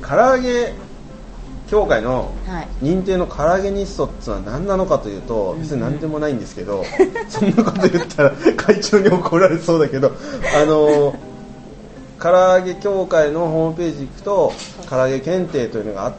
唐揚げ協会の認定の唐揚げニストってのは何なのかというと、別に何でもないんですけど、そんなこと言ったら会長に怒られそうだけど、唐揚げ協会のホームページ行くと唐揚げ検定というのがあって、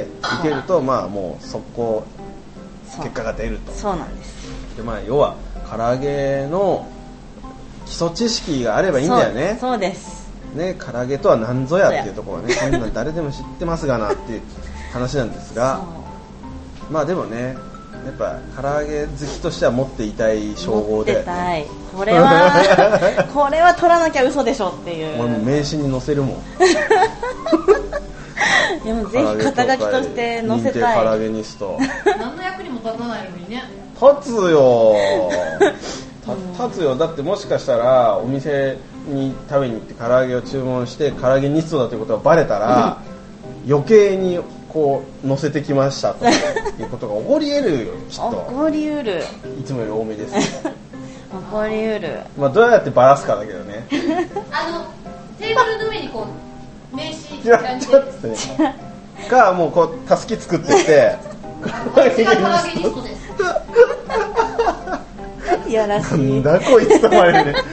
行けるとまあもう速攻結果が出ると。 そうなんです。 で、まあ、要は唐揚げの基礎知識があればいいんだよね。 そうですね、唐揚げとは何ぞやっていうところはね、そんな誰でも知ってますがなっていう話なんですが、まあでもね、やっぱ唐揚げ好きとしては持っていたい称号で、ね、 これは取らなきゃ嘘でしょっていう。 俺も名刺に載せるもん。 でもぜひ肩書きとして載せたい。 認定唐揚げニスト。 何の役にも立たないのにね。 立つよ。立つよ。だってもしかしたらお店に食べに行って唐揚げを注文して唐揚げニストだということがバレたら、余計にこう乗せてきましたということが起こり得るよ、きっと。 起こりうる。 いつもより多めです。 起こりうる。 まあどうやってバラすかだけどね。 テーブルの上にこう名刺ちょっとね。かもうこうたすき作ってって私が唐揚げニストです。 いやらしい。 なんだこいつと思われるね。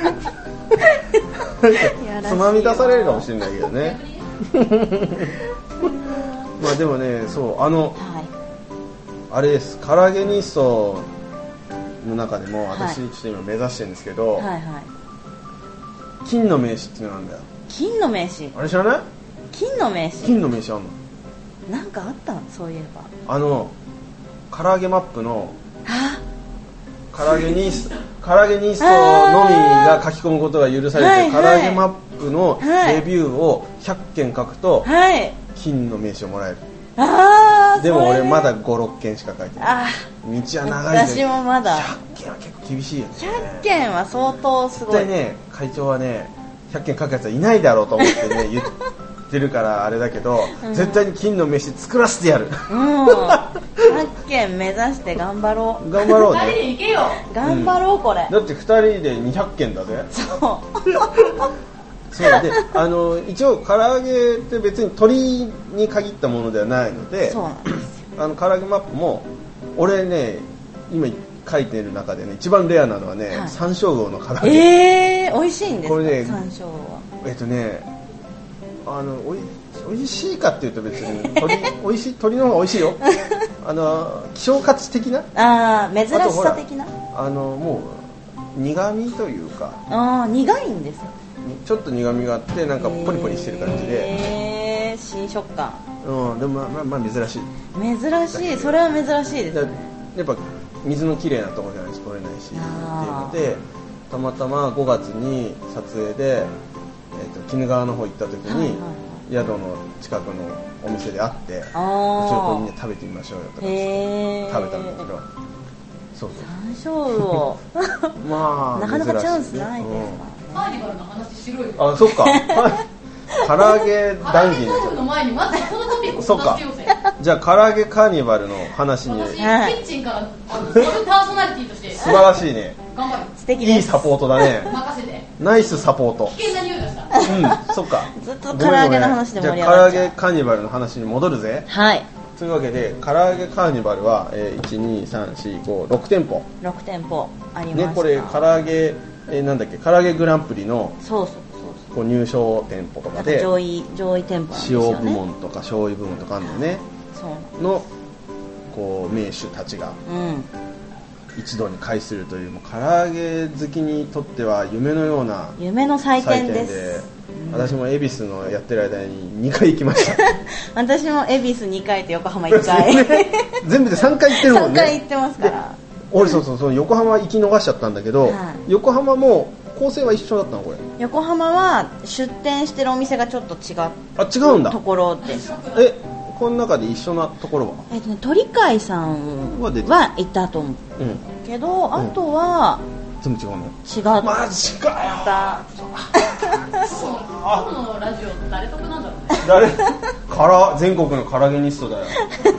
つまみ出されるかもしれないけどね。まあでもね、そうあれです、唐揚げニストの中でも私ちょっと今目指してるんですけど、金の名刺っていうのなんだよ。 金の名刺。 あれ知らない？ 金の名刺。 金の名刺あんの？ なんかあったの、そういえば。 唐揚げマップの唐揚げニストのみが書き込むことが許されて、唐揚げマップのレビューを100件書くと金の名刺をもらえる。でも俺まだ5、6件しか書いてない。道は長いんで。 私もまだ 100件は結構厳しいよね。 100件は相当すごい。 絶対ね、会長はね100件書くやつはいないだろうと思ってね言ってるからあれだけど、絶対に金の名刺作らせてやる。 100件目指して頑張ろう。 頑張ろうね。 2人で行けよ。 頑張ろうこれ。 だって2人で200件だぜ。そうで、一応唐揚げって別に鶏に限ったものではないので、 そうなんですよ。 唐揚げマップも俺ね、今書いてる中でね一番レアなのはね、山椒魚の唐揚げ。 美味しいんですか？ これね、 山椒は美味しいかっていうと別に美味しい、鶏の方が美味しいよ。希少価値的な、 珍しさ的な、 もう苦味というか、 苦いんですよ。 ちょっと苦味があってなんかポリポリしてる感じで、 新食感。 でもまあ珍しい。 珍しい、それは珍しいですね。 やっぱ水のきれいなところじゃないし取れないしっていうので、たまたま5月に撮影で、鬼怒川の方行った時に、宿の近くのお店で会って、ちょっとみんな食べてみましょうよとか食べたんだけど、そう山椒魚まあなかなかチャンスないですカーニバルの話しろよ。 そっか。唐揚げ談義の前にまずこのトピックをそうか。じゃあ唐揚げカーニバルの話に。 私キッチンからサブパーソナリティとして素晴らしいね。 頑張る。 素敵です。 いいサポートだね。 任せて。 ナイスサポート。 危険な匂いがした。 そっか。 ずっと唐揚げの話で盛り上がっちゃう。 じゃあ唐揚げカーニバルの話に戻るぜ。 はい。 というわけで唐揚げカーニバルは1,2,3,4,5,6店舗。 6店舗ありました。 ね、これ唐揚げなんだっけ、唐揚げグランプリのこう入賞店舗とかで上位店舗なんですよね。 塩部門とか醤油部門とかあるんだよね。そうのこう名手たちが一堂に会するという、もう唐揚げ好きにとっては夢のような夢の祭典です。 私も恵比寿のやってる間に2回行きました。 私も恵比寿2回と横浜1回全部で3回行ってるもんね。 3回行ってますから。 俺そう横浜行き逃しちゃったんだけど、横浜も構成は一緒だったの？これ横浜は出店してるお店がちょっと違うところです。 この中で一緒なところは鳥飼さんはいたと思う、けどあとは全部違うの？ 違った。 マジかよ。 今日のラジオ誰得なんだろうね。 全国の唐揚げニストだよ。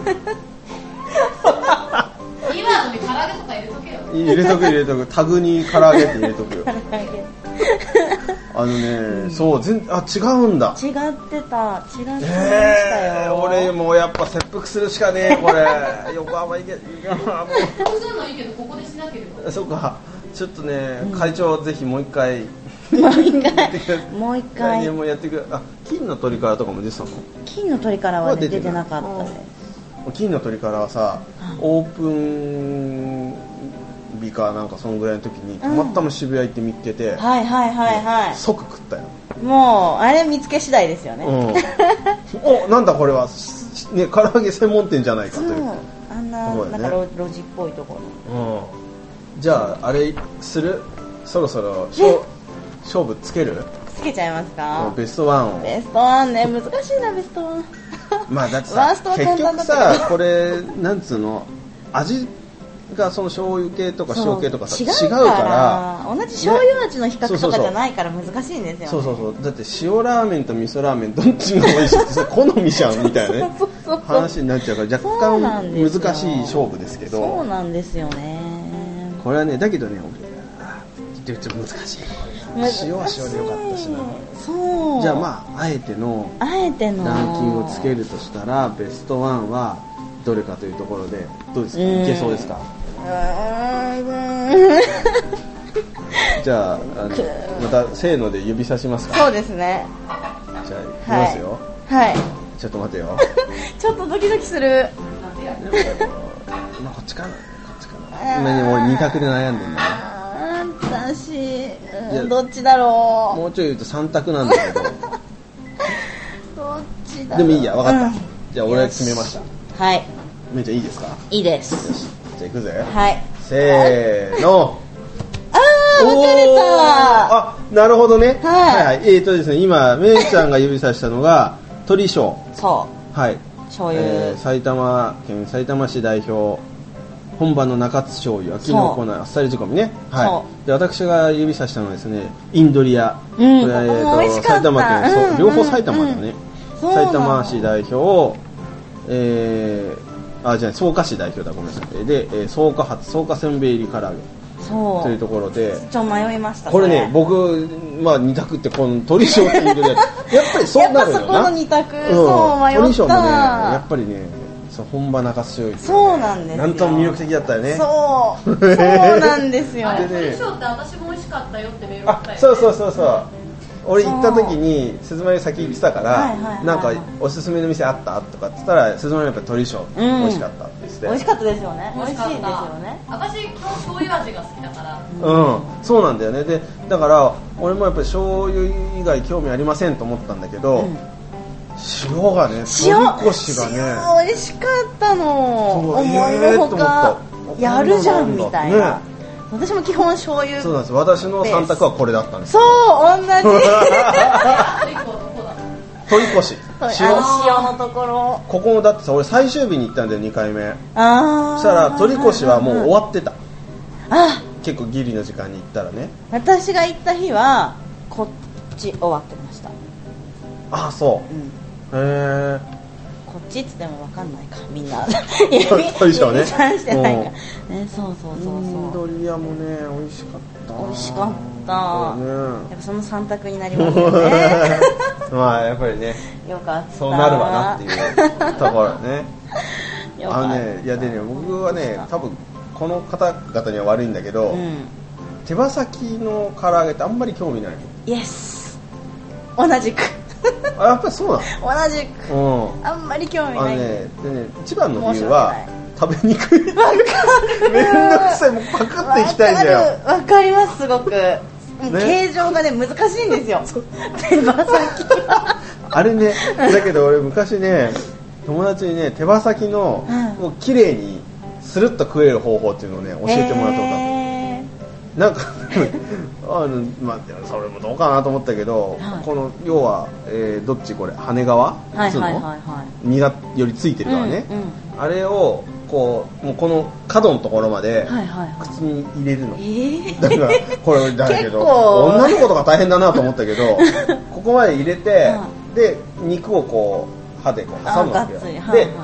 キーワードに唐揚げとか入れとけよ。 入れとくタグに唐揚げって入れとくよ。 そう違うんだ。 違ってましたよ。 俺もうやっぱ切腹するしかねえこれ。横浜行け。 するのいいけどここでしなければ。 そうか。ちょっとね、会長ぜひもう一回。 もう一回。 来年もやってくれ。金の鳥からとかも出てたの？ 金の鳥からは、ね、出てなかったです。 金の鳥からはさ、オープン日かなんかそのぐらいの時にたまたま渋谷行って見つけて、即食ったよ。もうあれ見つけ次第ですよね。 お、なんだこれはね、唐揚げ専門店じゃないかという。 あんな、なんか路地っぽいところ。 じゃああれする？そろそろ勝負つける？ つけちゃいますか？ ベストワンを。 ベストワンね、難しいなベストワン。 まあだってさ、結局さ、これなんつうの、味がその醤油系とか塩系とかさ違うから同じ醤油味の比較とかじゃないから難しいんですよね。 そうだって塩ラーメンと味噌ラーメンどっちが美味しいって好みじゃんみたいなね話になっちゃうから若干難しい勝負ですけど。 そうなんですよね。 これはね、だけどね、ちょっと難しい。塩は塩でよかったしな。 そう。 じゃあまああえてのランキングをつけるとしたらベストワンはどれかというところでどうですか？いけそうですか？じゃあまたせーので指さしますか？ そうですね。 じゃあいきますよ。 はい。 ちょっと待てよ。 ちょっとドキドキする。 まあこっちかな。今ね、俺2択で悩んでんだね。 私、どっちだろう。 もうちょい言うと3択なんだけど。 どっちだろう。 でもいいや、分かった。じゃあ俺決めました。 はい。 めいちゃんいいですか？ いいです。 よし。じゃあ行くぜ。 はい。 せーの。 分かれた。 なるほどね。はい。ですね、今めいちゃんが指さしたのが鳥醤。 そう。 はい。 醤油。 埼玉県さいたま市代表。本場の中津醤油、秋の粉、あっさり仕込みね。はい。で私が指さしたのはですね、インドリア。これ埼玉県、両方埼玉だね。埼玉市代表、草加市代表だ、ごめんなさい。で、草加発草加せんべい入り唐揚げ。というところで、 ちょっと迷いました。 これね、僕まあ二択ってこの鳥醤っていうぐらいやっぱりそうなるよな。 やっぱそこの二択、そう迷った。 鳥醤もね、やっぱりね。本場中津醤油、 そうなんですよ。 なんとも魅力的だったよね。 そうなんですよ。 鳥醤って私も美味しかったよってメールが来たよね。 そう俺行った時に鈴丸先行ってたからなんかおすすめの店あったとかって言ったら鈴丸やっぱ鳥醤美味しかったって言って、 美味しかったですよね。美味しいですよね。 私今日醤油味が好きだから。 そうなんだよね。でだから俺もやっぱり醤油以外興味ありませんと思ったんだけど、塩がね、取り越しがね、 美味しかったの。思いのほかやるじゃんみたいな。私も基本醤油。 そうなんです。私の3択はこれだったんです。 そう、同じ。 取り越し。 塩のところ。 ここもだってさ、俺最終日に行ったんだよ、2回目。そしたら取り越しはもう終わってた。結構ギリの時間に行ったらね。 私が行った日はこっち終わってました。 そう。へえ。 こっちっつっても分かんないか、みんな。 鳥醤ね。 してないから。そう。 インドリアもね、美味しかった。 美味しかった。やっぱその3択になりますよね。 まあやっぱりね。 よかった。 そうなるわなっていうところね。いやでね、僕はね、多分この方々には悪いんだけど、手羽先の唐揚げってあんまり興味ない。 イエス。同じく。 やっぱりそうなの？同じく。あんまり興味ない。 でね、一番の理由は食べにくい。めんどくさい、もうパクっていきたいんだよ。 わかります、すごく。形状がね、難しいんですよ。手羽先は。 あれね、だけど俺昔ね、友達にね、手羽先のもう綺麗にスルッと食える方法っていうのをね、教えてもらったことあった。なんかまあそれもどうかなと思ったけど、この要は、どっちこれ羽皮身がよりついてるからね、あれをこうもうこの角のところまで口に入れるの、だからこれだけど女の子とか大変だなと思ったけどここまで入れて、で肉をこう歯でこう挟むわけよ、で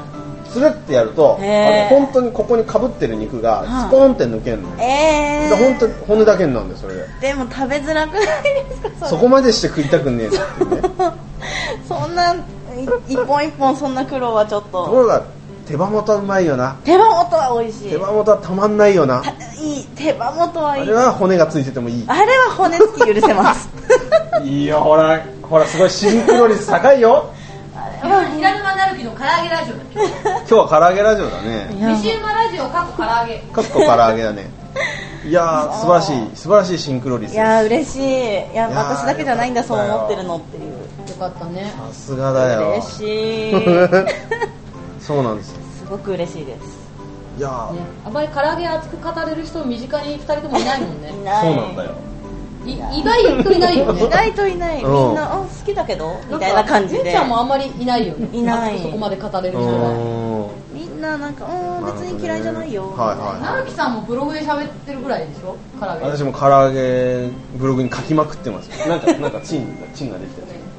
スルってやるとあれ本当にここにかぶってる肉がスポーンって抜けるの、で本当に骨だけになるんだよそれでも食べづらくないですか？ そこまでして食いたくねえっていうねそんな一本一本そんな苦労はちょっと。 ところが手羽元うまいよな。 手羽元は美味しい。 手羽元はたまんないよな。 いい、手羽元はいい。 あれは骨がついててもいい。 あれは骨付き許せますいいよ、ほらすごいシンクロ率高いよ。 平沼なるきの唐揚げラジオだ今日は唐揚げラジオだね。 飯馬ラジオかっこ唐揚げかっこ唐揚げだね。いや素晴らしいシンクロ率です。 いや嬉しい。いや私だけじゃないんだそう思ってるのっていう。 よかったね。 さすがだよ。 嬉しいそうなんです。 すごく嬉しいです。 いや、ね、 あんまり唐揚げ熱く語れる人身近に2人ともいないもんね。 いない。 そうなんだよ。 意外といないよね。 意外といない。みんな好きだけどみたいな感じで。 めっちゃんもあんまりいないよね。 いない。 そこまで語れる人が。 みんななんか別に嫌いじゃないよ。 なるきさんもブログで喋ってるぐらいでしょ。唐揚げ。 私も唐揚げブログに書きまくってます。なんかチンができてる。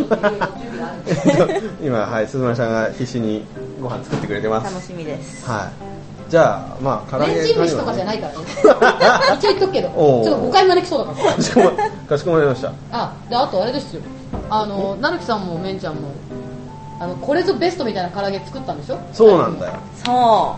今はい鈴丸さんが必死にご飯作ってくれてます。 楽しみです。 はい。じゃあまあ唐揚げレンチン飯とかじゃないからね。一応言っとくけど、ちょっと誤解招きそうだから。 かしこまりました。 であとあれですよ。なるきさんもめんちゃんもこれぞベストみたいな唐揚げ作ったんでしょ。 そうなんだよ。 そう。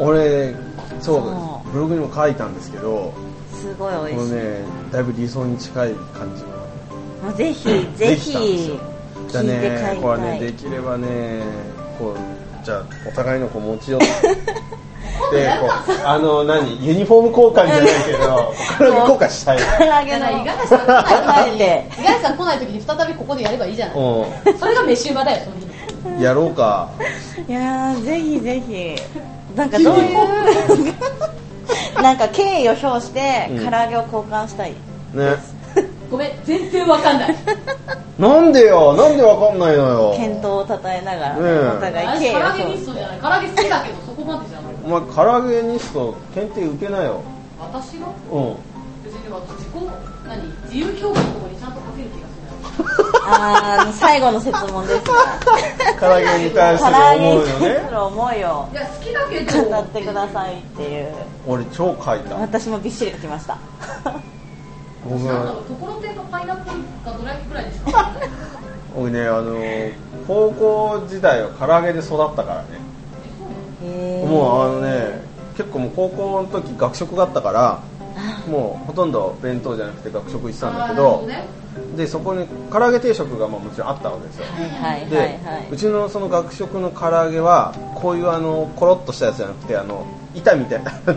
俺そうブログにも書いたんですけど。 すごい美味しい。 これねだいぶ理想に近い感じの。 ぜひぜひ聞いて帰りたい。 これねできればねこうじゃあお互いの持ち寄ってこうユニフォーム交換じゃないけど唐揚げ交換したい。 唐揚げの五十嵐さん来ない時に再びここでやればいいじゃない。それが飯馬だよその日。 やろうか。 いやぜひぜひなんかどういうなんか敬意を表して唐揚げを交換したいです。 ごめん全然わかんない。 なんでわかんないのよ。 健闘を称えながらねお互い敬意を表して。 唐揚げニストじゃない。唐揚げ好きだけどそこまでじゃない。 お前唐揚げニスト検定受けなよ。 私が？別に自由競技のところにちゃんと書ける気がする。 最後の設問です唐揚げに対する思いをいや好きだけど語ってくださいっていう。 俺超書いた。 私もびっしり書きました。 ところてんとパイナップルがどれくらいですか？ 僕ね高校時代は唐揚げで育ったからね。もう結構もう高校の時学食があったからもうほとんど弁当じゃなくて学食行ってたんだけど、でそこに唐揚げ定食がもちろんあったわけですよ。でうちのその学食の唐揚げはこういうコロッとしたやつじゃなくて板みたいなやつ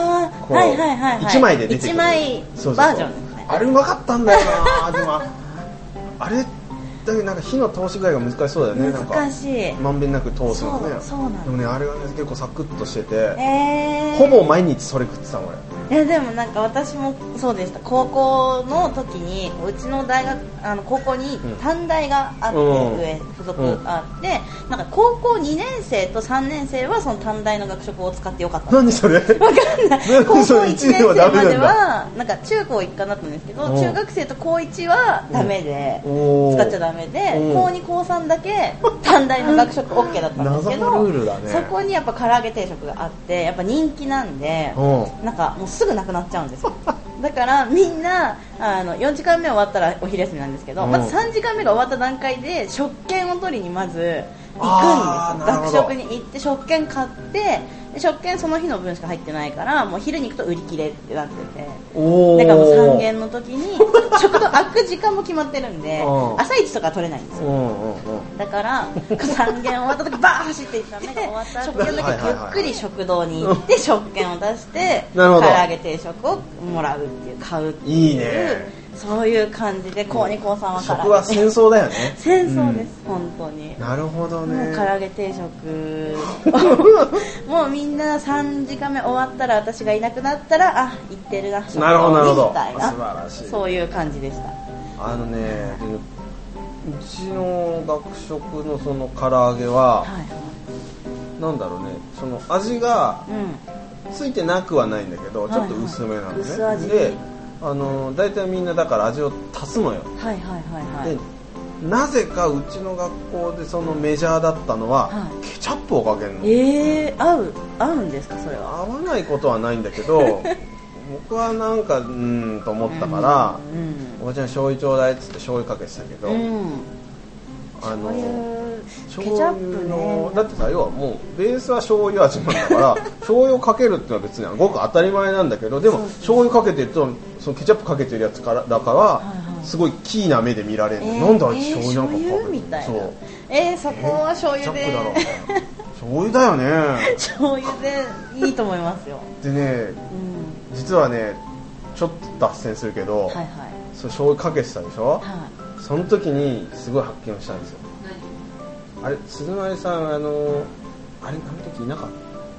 1枚で出てくる 1枚バージョンですね。あれうまかったんだよな。でもあれだけなんか火の通し具合が難しそうだよね。 難しい。 まんべんなく通すのね。 そうなんです。 でもねあれはね結構サクッとしてて、ほぼ毎日それ食ってた俺。 でもなんか私もそうでした。高校の時にうちの大学高校に短大があって、上付属あって、なんか高校2年生と3年生はその短大の学食を使ってよかった。 何それ？わかんない。高校1年生まではなんか中高一貫だったんですけど、中学生と高1はダメで使っちゃダメで、高2高3だけ短大の学食 OK だったんですけど、 謎のルールだね。 そこにやっぱ唐揚げ定食があってやっぱ人気なんで、なんかもうすぐなくなっちゃうんですよ。だからみんな4時間目終わったらお昼休みなんですけど、まず3時間目が終わった段階で食券を取りにまず行くんですよ。学食に行って食券買って食券その日の分しか入ってないからもう昼に行くと売り切れってなってて、だからもう3限の時に食堂開く時間も決まってるんで朝一とか取れないんですよ。だから3限終わった時バー走っていったんで終わった食券だけゆっくり食堂に行って食券を出して唐揚げ定食をもらうっていう買うっていう、いいね。そういう感じで高2高3は食は戦争だよね。 戦争です、本当に。 なるほどね。 もう唐揚げ定食もうみんな3時間目終わったら私がいなくなったら行ってるな食なるほどみたいな、 素晴らしい。 そういう感じでした。 うちの学食のその唐揚げは、なんだろうね、その味がついてなくはないんだけど、ちょっと薄めなのね。 薄味で大体みんなだから味を足すのよ。 でなぜかうちの学校でそのメジャーだったのは、ケチャップをかけるの。 合うんですかそれは。 合わないことはないんだけど僕はなんかと思ったから、おばちゃん醤油ちょうだいっつって醤油かけてたけど、醤油のだってさ、要はもうベースは醤油味なんだから醤油をかけるってのは別にごく当たり前なんだけど、でも醤油かけてるとそのケチャップかけてるやつからだから、すごいキーな目で見られる、なんであいつ醤油なんかかけるみたいな。 そうそこは醤油で。 ケチャップだろうみたいな。醤油だよね。 醤油でいいと思いますよ。 でね、実はねちょっと脱線するけど、そう醤油かけてたでしょ、その時にすごい発見をしたんですよ。あれ鈴丸さんあれあの時いなかった、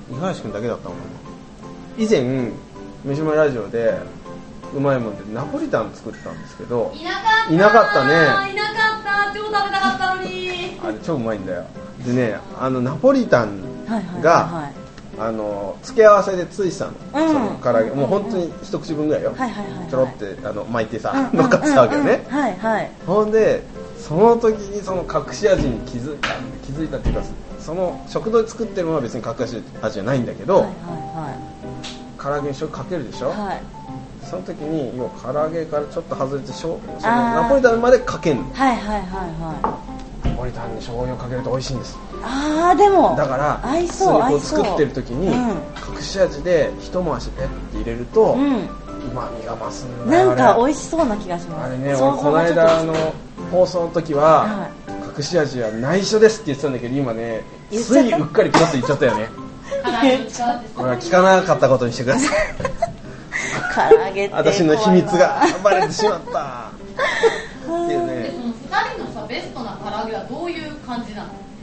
五十嵐君だけだったもんね。以前飯前ラジオでうまいもんでナポリタン作ったんですけど、いなかったね。 いなかった超食べたかったのに。 あれ超うまいんだよ。でね、ナポリタンが付け合わせでついてたの、その唐揚げ、もう本当に一口分ぐらいよ、ちょろって巻いてさ、乗っかってたわけよね。ほんでその時にその隠し味に気づいたっていうか、その食堂で作ってるものは別に隠し味じゃないんだけど、唐揚げに醤油かけるでしょ、その時に要は唐揚げからちょっと外れてそのナポリタンまでかけるの。ナポリタンに醤油をかけると美味しいんです。 でもだから合いそう普通に作ってる時に、隠し味で一回しペッて入れると、うまみが増すんだよ。 なんか美味しそうな気がします。 あれね、俺この間放送の時は、隠し味は内緒ですって言ってたんだけど、今ねついうっかりピロッと言っちゃったよね。これは聞かなかったことにしてください。 唐揚げって私の秘密がバレてしまったっていうね。 2人のさベストな唐揚げはどういう感じな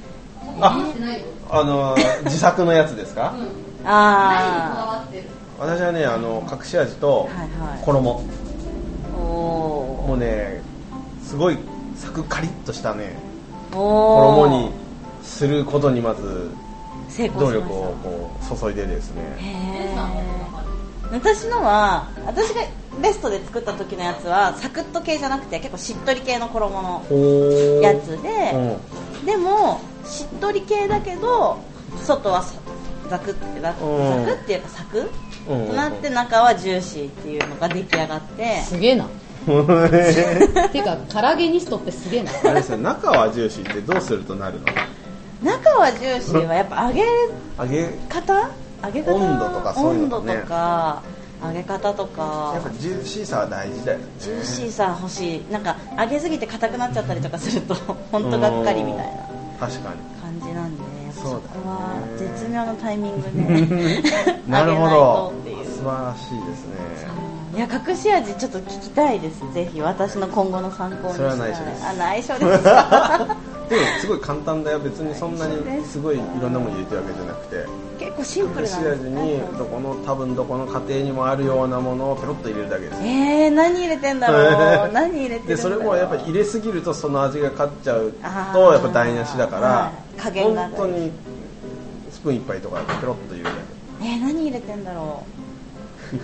の？ 自作のやつですか？ 何にこだわってる？ 私はね、隠し味と衣、もうねすごいサクカリッとしたね衣にすることにまず努力をこう注いでですね。 私がベストで作った時のやつはサクッと系じゃなくて結構しっとり系の衣のやつで、でもしっとり系だけど外はザクっていうかサクとなって中はジューシーっていうのが出来上がって、 すげえな。てか唐揚げニストってすげえな。 あれですよ、中はジューシーってどうするとなるの？ 中はジューシーはやっぱ揚げ方温度とかそういうのね。 温度とか揚げ方とかやっぱジューシーさは大事だよね。 ジューシーさ欲しい。なんか揚げすぎて硬くなっちゃったりとかすると本当がっかりみたいな感じなんで、そこは絶妙のタイミングで揚げないとっていう。 素晴らしいですね。 いや、隠し味ちょっと聞きたいです。ぜひ私の今後の参考にして。 それは内緒です。 内緒ですか？ でもすごい簡単だよ。別にそんなにすごいいろんなもの入れてるわけじゃなくて、 結構シンプルなんですね。 隠し味に多分どこの家庭にもあるようなものをペロッと入れるだけです。 何入れてんだろう。何入れてるんだろう。 でそれもやっぱり入れすぎるとその味が勝っちゃうとやっぱ台無しだから、 加減が本当にスプーン一杯とかペロッと入れるだけ。 何入れてんだろう。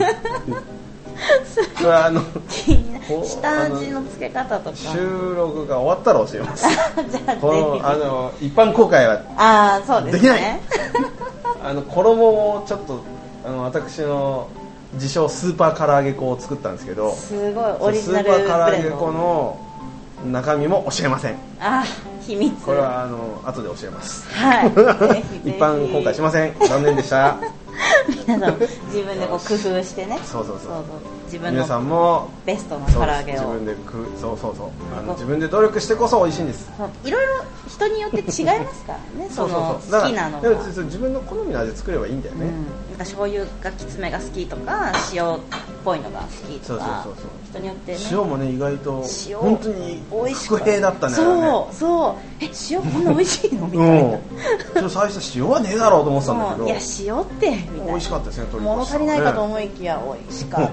それは下味の付け方とか収録が終わったら教えます。 じゃあこの一般公開はできない。衣もちょっと私の自称スーパー唐揚げ粉を作ったんですけど、 すごいオリジナルスーパー唐揚げ粉の中身も教えません。 秘密。 これは後で教えます。 一般公開しません。残念でした。 皆さん自分でこう工夫してね。 そう自分皆さんもベストの唐揚げを自分で努力してこそ美味しいんです。 いろいろ人によって違いますからね。その好きなのが自分の好みの味作ればいいんだよね。 なんか醤油がきつめが好きとか塩っぽいのが好きとか、人によってね。 塩もね意外と本当に不平だったね。 塩こんな美味しいのみたいな。 最初塩はねえだろうと思ってたんだけど、 いや塩ってみたいな。 美味しかったですね。 物足りないかと思いきや美味しかった。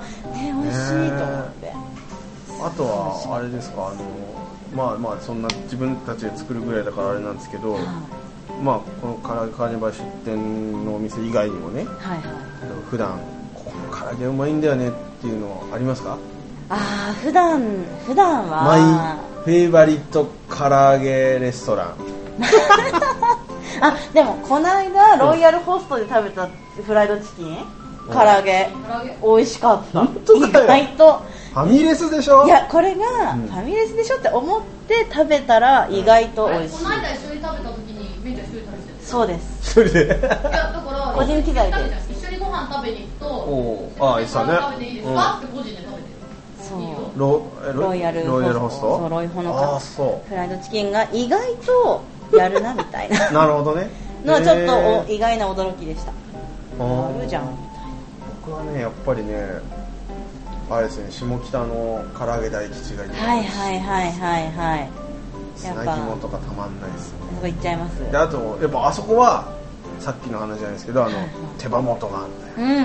美味しいと思って。 あとはあれですか、そんな自分たちで作るぐらいだからあれなんですけど、この唐揚げカーニバル出店のお店以外にもね、普段この唐揚げうまいんだよねっていうのありますか？ 普段はフェイバリット唐揚げレストランあ、でもこの間ロイヤルホストで食べたフライドチキン、唐揚げ美味しかった。 本当だよ。 意外とファミレスでしょ。 いや、これがファミレスでしょって思って食べたら意外と美味しい。 この間一緒に食べた時にメンちゃん一人で食べてた。 そうです。 一人で。 いや、だから個人機材で一緒にご飯食べに行くと、 ああ、いいっすよね。 食べていいですか、って個人で食べてる。 そうロイヤルホスト、そうロイホのかフライドチキンが意外とやるなみたいななるほどねのはちょっと意外な驚きでした。やるじゃんみたいな。 僕はねやっぱりねあれですね、下北の唐揚げ大吉がいい。 はいはいはいはいはい。 砂肝とかたまんないですね。 そこ行っちゃいます。 であとやっぱあそこはさっきの話じゃないですけど手羽元があるんだよ。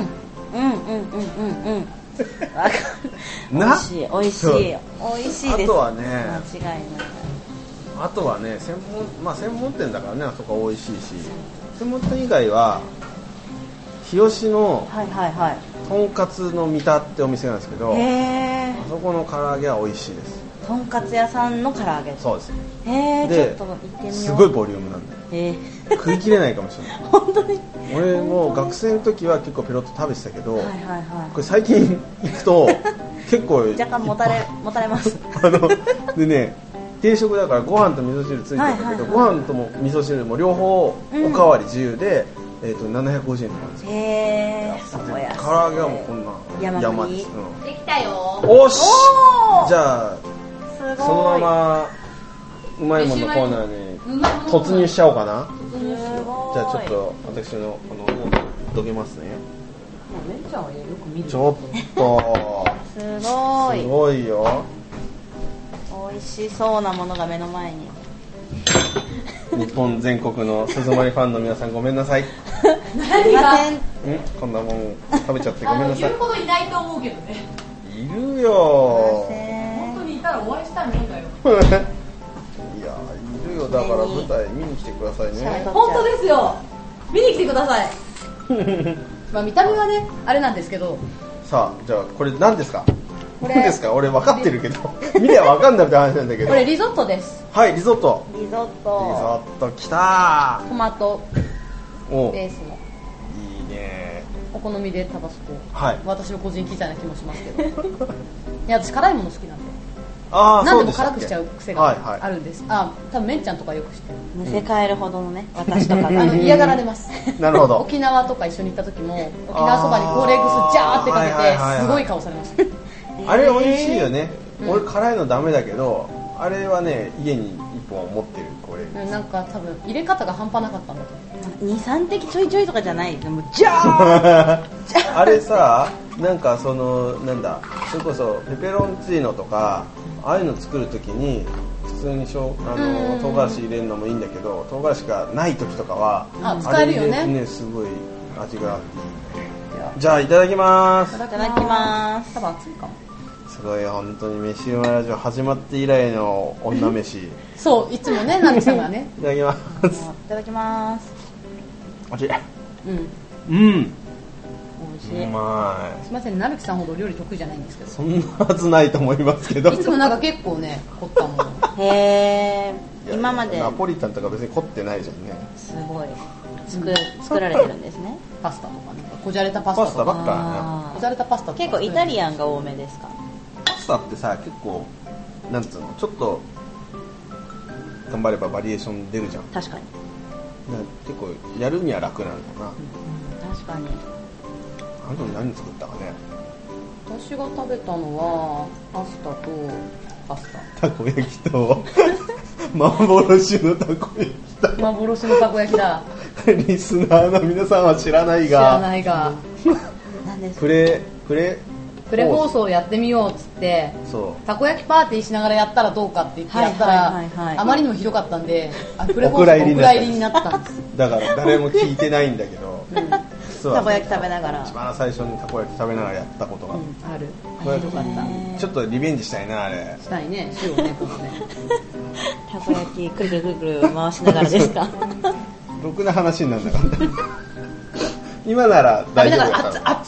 美味しい美味しい美味しいです。 あとはね間違いない。 あとはね専門店だからね、あそこは美味しいし、専門店以外は日吉のとんかつの三田ってお店なんですけど、あそこの唐揚げは美味しいです。 とんかつ屋さんの唐揚げ。そうです。 でちょっと行ってみよう。 すごいボリュームなんで、食い切れないかもしれない。 本当に。 俺も学生の時は結構ペロッと食べてたけど、これ最近行くと結構若干もたれますでね、定食だからご飯と味噌汁ついてるんだけど、ご飯とも味噌汁も両方おかわり自由で、750円とかなんですよ。唐揚げはもうこんな山です。 できたよ。 おし、じゃあそのままうまいものコーナーに突入しちゃおうかな。じゃあちょっと私のこのどけますね。 めんちゃんはよく見る。 ちょっとすごいよ。 美味しそうなものが目の前に。 日本全国の鈴まりファンの皆さんごめんなさい。 すいません。 こんなもん食べちゃってごめんなさい。 言うほどいないと思うけどね。 いるよ。 本当にいたらお会いしたいもんだよ。 いやいるよ。だから舞台見に来てくださいね。 本当ですよ。見に来てください。まあ見た目はねあれなんですけど。さあじゃあこれ何ですか。何ですか。俺分かってるけど見りゃ分かんないって話なんだけど。 これリゾットです。 はい、リゾットきたー。トマトベースのいいね。 お好みでタバスコ。 はい。 私の個人機材な気もしますけどいや私辛いもの好きなんで。 何でも辛くしちゃう癖があるんです。多分めんちゃんとかよく知ってる。 むせ返るほどのね、私とか嫌がられますなるほど。 沖縄とか一緒に行った時も沖縄そばにコーレーグスジャーってかけてすごい顔されましたあれ美味しいよね。俺辛いのダメだけど、あれはね家に1本持ってる。これなんか多分入れ方が半端なかったんだと思う。 2,3 滴ちょいちょいとかじゃないでもジャーあれさ、なんかそのなんだ、それこそペペロンチーノとかああいうの作るときに普通に唐辛子入れるのもいいんだけど、唐辛子がない時とかは使えるよね。 すごい味があっていい。じゃあいただきます。 いただきます。 多分熱いかも。 すごい本当に飯うまラジオ始まって以来の女飯そういつもね、なみさんがねいただきます。 いただきます。 おいしい。 美味しい。 うまい。 すみません、なるきさんほど料理得意じゃないんですけど。 そんなはずないと思いますけど。 いつもなんか結構ね凝ったもの。 へえ。今までナポリタンとか別に凝ってないじゃんね。 すごい作られてるんですね。 パスタとかね、こじゃれたパスタとか。 パスタばっかこじゃれたパスタとか。 結構イタリアンが多めですか。 パスタってさ、結構なんつうの、ちょっと頑張ればバリエーション出るじゃん。 確かに。 結構やるには楽なのかな。 確かに。 あの何作ったかね。 私が食べたのはパスタとパスタ。 たこ焼きと幻のたこ焼きと。 幻のたこ焼きだ。 リスナーの皆さんは知らないが。 何ですか。 プレ放送やってみようっつって、たこ焼きパーティーしながらやったらどうかって言ってやったら、あまりにもひどかったんで、プレ放送お蔵入りになったんです。 だから誰も聞いてないんだけど、 たこ焼き食べながら、 一番最初にたこ焼き食べながらやったことがある。 ちょっとリベンジしたいな。あれしたいね。塩ね、このね。 たこ焼きくるくるくるくる回しながらですか。 ろくな話にならなかった今なら大丈夫だった。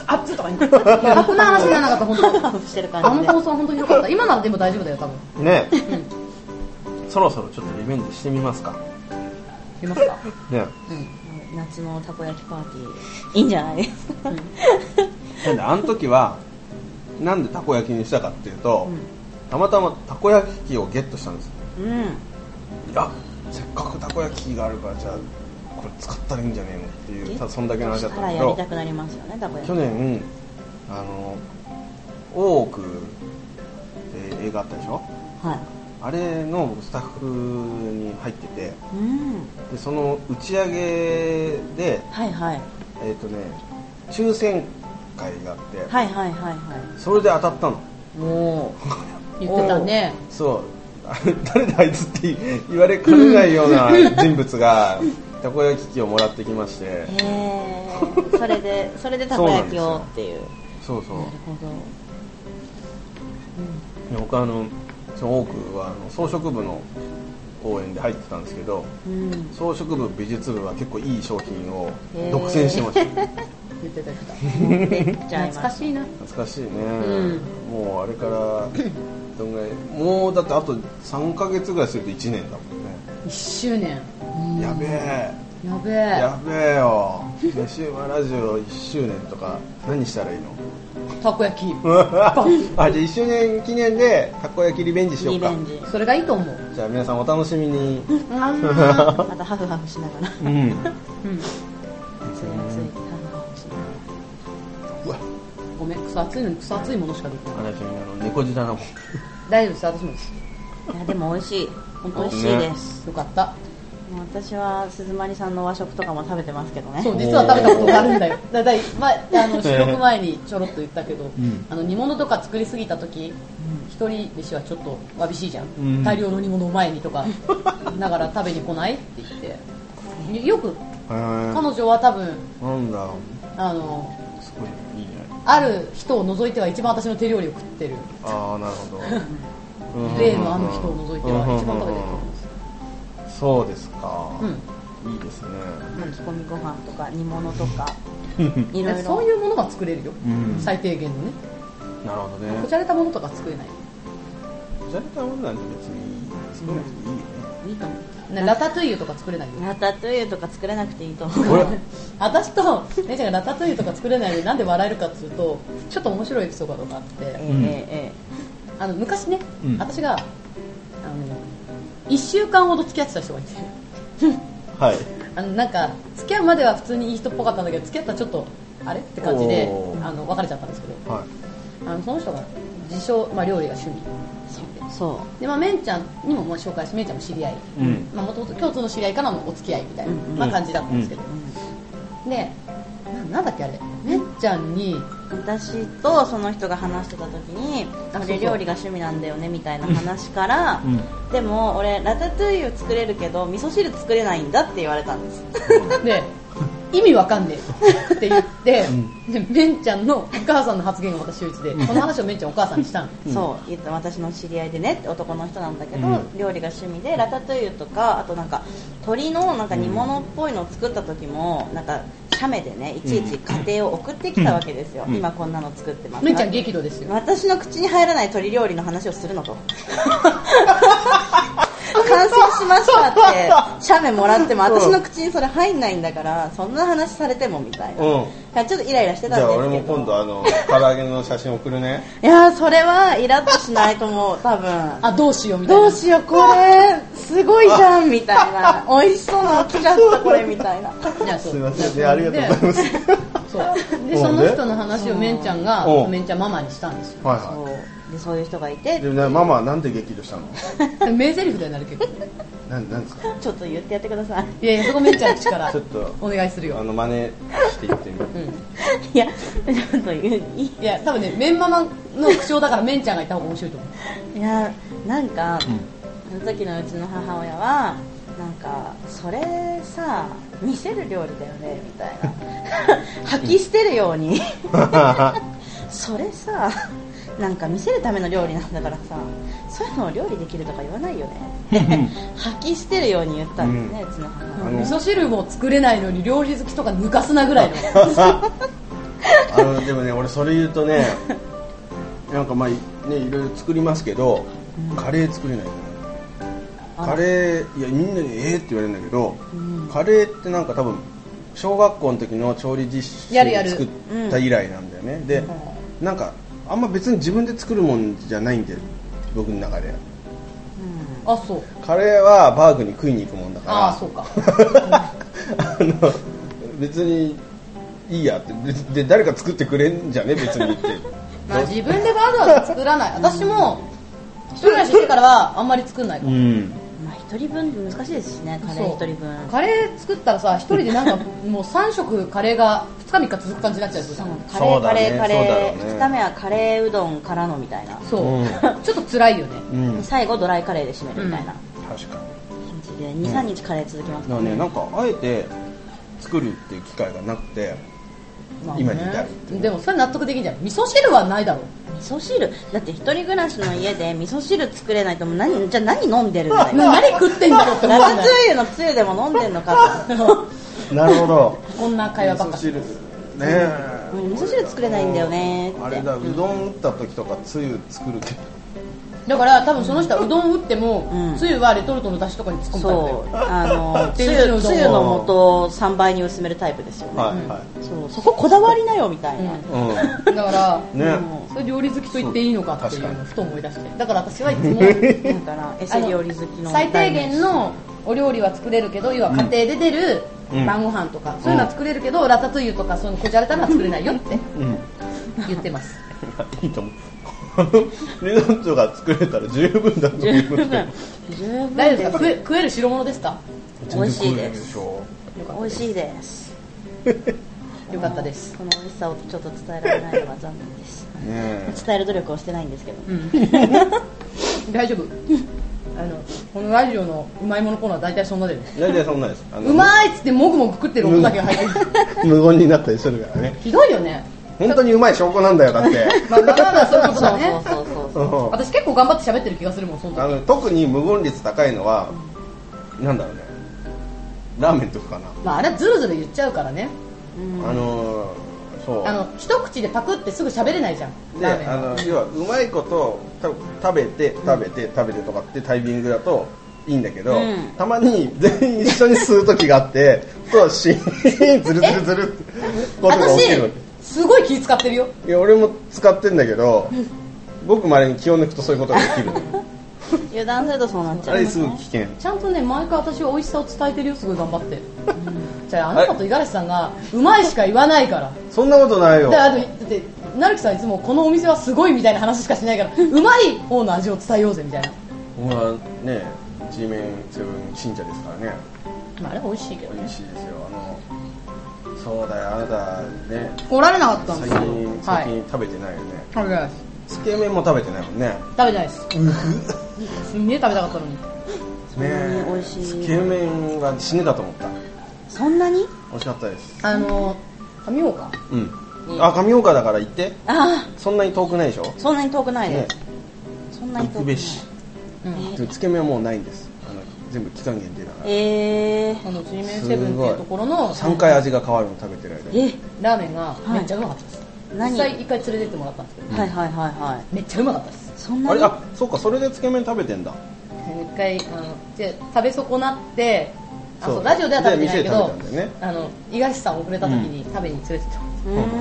熱とかに。ろくな話にならなかった。本当。 してる感じで。 あの放送は本当に良かった。今ならでも大丈夫だよ多分。 ね。 そろそろちょっとリベンジしてみますか。 しますかね、 夏のたこ焼きパーティーいいんじゃないですか。 なんであの時はなんでたこ焼きにしたかっていうと、たまたまたこ焼き器をゲットしたんです。いや、せっかくたこ焼き器があるから、じゃあこれ使ったらいいんじゃねえのっていう、ただそんだけの話だったんだけど、 やりたくなりますよね、たこ焼き。 去年大奥で映画あったでしょ。はい。あれのスタッフに入ってて、でその打ち上げで、はいはい、抽選会があって、はいはいはいはい、それで当たったの。お言ってたね。 そう、誰だあいつって言われかねないような人物がたこ焼き器をもらってきまして、 それでたこ焼きをっていう。 そうそう。なるほど。僕その多くは装飾部の応援で入ってたんですけど、装飾部美術部は結構いい商品を独占してました。 言ってた懐かしいな。 懐かしいね、もうあれからどんぐらい、もうだってあと3ヶ月ぐらいすると1年だもんね。 1周年。 やべえよ。飯馬ラジオ1周年とか何したらいいの？ たこ焼き。 じゃあ1周年記念でたこ焼きリベンジしようか。 それがいいと思う。 じゃあ皆さんお楽しみに。 またハフハフしながら。 ごめん、草熱いのに草熱いものしかできない。 猫舌なもん。 大丈夫です、私もです。 いやでも美味しい、本当美味しいです。 よかった。 私は鈴まりさんの和食とかも食べてますけどね。 そう、実は食べたことがあるんだよ。だい収録前にちょろっと言ったけど、煮物とか作りすぎた時、一人飯はちょっとわびしいじゃん。大量の煮物を前にとかだから食べに来ないって言って、よく彼女は多分なんだすごいいいね。 ある人を除いては一番私の手料理を食ってる。 ああ、なるほど。 例のあの人を除いては一番食べてると思います。 そうですか、いいですね。 炊き込みご飯とか煮物とかいろいろそういうものが作れるよ、最低限のね。 なるほどね。 こじゃれたものとか作れない。 こじゃれたものなんて別に作れなくていいよね。 いいと思う。 ラタトゥイユとか作れないよ。 ラタトゥイユとか作れなくていいと思う。 私と姉ちゃんがラタトゥイユとか作れないのになんで笑えるかっていうと、ちょっと面白いエピソードがあって、昔ね、私が1週間ほど付き合ってた人がいてはい、なんか付き合うまでは普通にいい人っぽかったんだけど、付き合ったらちょっとあれって感じで別れちゃったんですけど、はい、その人が自称、料理が趣味そうで、メンちゃんにも紹介して、メンちゃんも知り合い、もともと共通の知り合いからのお付き合いみたいな、感じだったんですけど、でなんだっけあれ、メンちゃんに私とその人が話してた時に、俺料理が趣味なんだよねみたいな話から、でも俺ラタトゥイユ作れるけど味噌汁作れないんだって言われたんです。 で意味わかんねえって言って、メンちゃんのお母さんの発言がまた秀逸で、この話をメンちゃんお母さんにしたの。 そう言って、私の知り合いでねって男の人なんだけど、料理が趣味でラタトゥイユとか、あとなんか鶏のなんか煮物っぽいのを作った時もなんか写メでね、いちいち家庭を送ってきたわけですよ。今こんなの作ってます。 メンちゃん激怒ですよ。 私の口に入らない鶏料理の話をするのと。完成しましたって写メもらっても私の口にそれ入んないんだから、そんな話されてもみたいな、ちょっとイライラしてたんですけど。 じゃあ俺も今度唐揚げの写真送るね。 いやそれはイラッとしないと思う多分。 どうしようみたいな、 どうしようこれすごいじゃんみたいな、美味しそうなの来ちゃったこれみたいな。 すみません、ありがとうございます。 そうでその人の話をメンちゃんがメンちゃんママにしたんですよ。 でそういう人がいて、 でママはなんで激怒したの？ 名台詞だよね、結構。 なんですか？ ちょっと言ってやってください。 いやいや、そこメンちゃんの力ちょっとお願いするよ。 真似して言ってみる。 いやちょっといや多分ね、メンママの口調だからメンちゃんがいた方が面白いと思う。 いやなんか、その時のうちの母親はなんかそれさ見せる料理だよねみたいな吐き捨てるようにそれさなんか見せるための料理なんだからさ、そういうのを料理できるとか言わないよね吐き捨てるように言ったんですね、うちの母は。 味噌汁も作れないのに料理好きとか抜かすなぐらいのでもね、俺それ言うとね、なんかいろいろ作りますけど、カレー作れない。 カレーいやみんなにって言われるんだけど、カレーってなんか多分小学校の時の調理実習で作った以来なんだよね。でなんかあんま別に自分で作るもんじゃないんで僕の中で。 あ、そう。 カレーはバーグに食いに行くもんだから。 あ、そうか。 別にいいやってで誰か作ってくれんじゃね別にって。 まあ自分でわざわざ作らない。私も一人暮らししてからはあんまり作んないから。 まあ一人分難しいですしね、カレー一人分。 カレー作ったらさ、一人でなんかもう3食カレーが2日3日続く感じになっちゃう。 カレー2日目はカレーうどんからのみたいな。 そう、ちょっと辛いよね。 最後ドライカレーで締めるみたいな。 確かに。2、3日カレー続きますからね。なんかあえて作るっていう機会がなくて、今に至る。 でもそれ納得できんじゃん。味噌汁はないだろう。 味噌汁だって一人暮らしの家で味噌汁作れないと何じゃあ何飲んでるんだよ。 何食ってんだろうって思う。 ラタトゥイユのつゆでも飲んでんのかと。なるほど。 こんな会話ばっかり。 味噌汁ね。味噌汁作れないんだよねって。 あれだ、うどん打った時とかつゆ作るけど。 だから多分その人はうどん打っても、つゆはレトルトの出汁とかに突っ込むタイプだよ。 つゆの素を3倍に薄めるタイプですよね。そここだわりなよみたいな。 だからそれ料理好きと言っていいのかっていうのをふと思い出して。だから私はいつもエセ料理好きの最低限のお料理は作れるけど、要は家庭で出る晩ご飯とかそういうのは作れるけど、ラタトゥイユとかそういうのこじゃれたのは作れないよって言ってます。 いいと思う。リゾットが作れたら十分だと思います。 大丈夫ですか？食える代物ですか？ 美味しいです。美味しいです。 よかったです。 この美味しさをちょっと伝えられないのは残念です。伝える努力をしてないんですけど。 大丈夫。このラジオのうまいものコーナー大体そんなでね。 大体そんなです。 うまいっつってもぐもぐ食ってる音だけが入ってる。 無言になったりするからね。 ひどいよね。 本当にうまい証拠なんだよだって。 まあそういうことだね。 そう。 私結構頑張って喋ってる気がするもん。その時特に無言率高いのはなんだろうね。ラーメンとかかな。 まああれはズルズル言っちゃうからね。 そう。 一口でパクってすぐ喋れないじゃん。 で、要はうまいこと食べてとかってタイミングだといいんだけど、たまに全員一緒に吸う時があって、そうシーンズルズルってことが起きるわけ。 すごい気使ってるよ。 いや俺も使ってんだけど、僕までに気を抜くとそういうことが起きる。 油断するとそうなっちゃう。 あれすごい危険。 ちゃんとね毎回私は美味しさを伝えてるよ。すごい頑張って。じゃああなたと五十嵐さんがうまいしか言わないから。 そんなことないよ。 だって成木さんいつもこのお店はすごいみたいな話しかしないから、うまい方の味を伝えようぜみたいな。 僕はね G メンセブン信者ですからね。 まああれ美味しいけどね。 美味しいですよ。そうだよ、あなたね来られなかったんですよ。 最近食べてないよね。 食べないです。 つけ麺も食べてないもんね。 食べてないです。すんげえ食べたかったのに。 そんなに美味しい。 つけ麺は死ぬかと思った。 そんなに美味しかったです。 上岡。 上岡だから行って。そんなに遠くないでしょ。 そんなに遠くないです。そんなに遠くない。 つけ麺はもうないんです。全部期間限定だから。 G メンセブンっていうところの 3回味が変わるの食べてる間に。 ラーメンがめっちゃうまかったです。実際1回連れてってもらったんですけど、めっちゃうまかったです。 そんなに？ そうか、それでつけ麺食べてんだ。 1回食べ損なって、ラジオでは食べてないけど、五十嵐さん遅れた時に食べに連れてってもらった。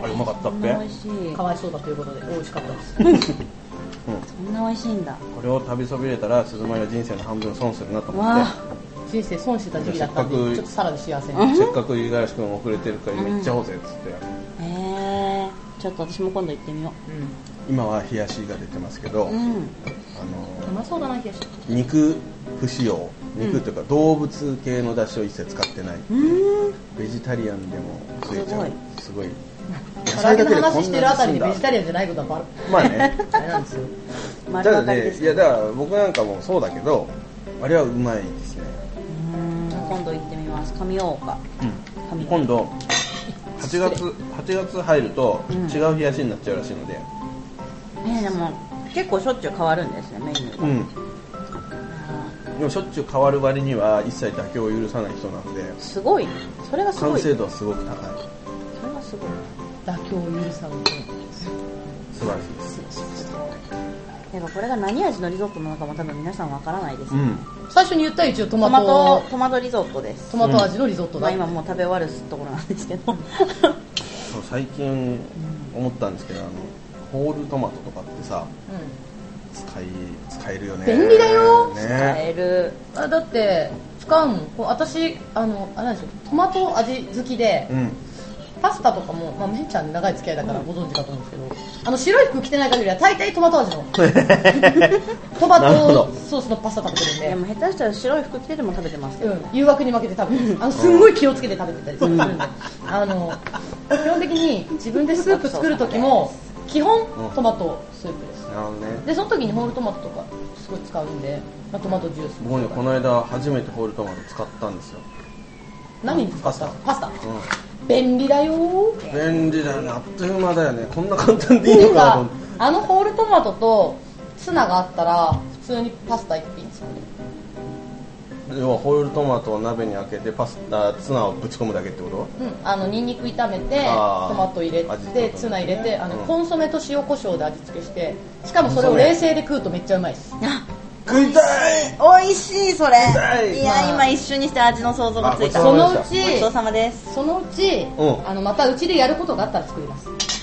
あれうまかったっけ？ かわいそうだということで美味しかったです。 そんな美味しいんだ。 これを食べそびれたら鈴舞は人生の半分損するなと思って。 人生損してた時期だったんでちょっとさらに幸せに。 せっかく五十嵐君遅れてるからめっちゃおうぜっつって。 ちょっと私も今度行ってみよう。 今は冷やしが出てますけど、 うまそうだな冷やし。 肉不使用、肉というか動物系の出汁を一切使ってない。ベジタリアンでも食えちゃう。すごい。 唐揚げの話してるあたりでベジタリアンじゃないことはまあね。 あれなんですよ。 だから僕なんかもそうだけど、あれはうまいですね。 今度行ってみます。上大岡。 今度8月入ると違う冷やしになっちゃうらしいので。 でも結構しょっちゅう変わるんですねメニューが。 でもしょっちゅう変わる割には一切妥協を許さない人なので。 すごい。それがすごい。 完成度はすごく高い。 それがすごい。 妥協を許さない。 素晴らしいです。 でもこれが何味のリゾットなのかも多分皆さんわからないです、 最初に言った一応トマトリゾットです。 トマト味のリゾットだ、 今もう食べ終わるところなんですけどそう最近思ったんですけどホールトマトとかってさ、使えるよね。 便利だよ、 使える。 だって使うもん。私あれなんですよ、トマト味好きで、パスタとかも、めいちゃん長い付き合いだからご存知かと思うんですけど、白い服着てない限りは大体トマト味のトマトソースのパスタ食べてるんで。 いやもう下手したら白い服着てても食べてますけど、 誘惑に負けて食べてます。すんごい気をつけて食べてたりするんで基本的に自分でスープ作る時も基本トマトスープです。 なるほどね。 でその時にホールトマトとかすごい使うんで、トマトジュース。 僕ねこの間初めてホールトマト使ったんですよ。 何に使った？パスタ。便利だよ。 便利だよね。あっという間だよね。こんな簡単でいいのかな。 ホールトマトとツナがあったら普通にパスタ一品ですよね。 要はホールトマトを鍋に開けてツナをぶち込むだけってこと？ ニンニク炒めてトマト入れてツナ入れてコンソメと塩コショウで味付けして、しかもそれを冷製で食うとめっちゃうまいです。 食いたい。 美味しいそれ。いや今一瞬にして味の想像がついた。 そのうちごちそうさまです。 そのうちまたうちでやることがあったら作ります。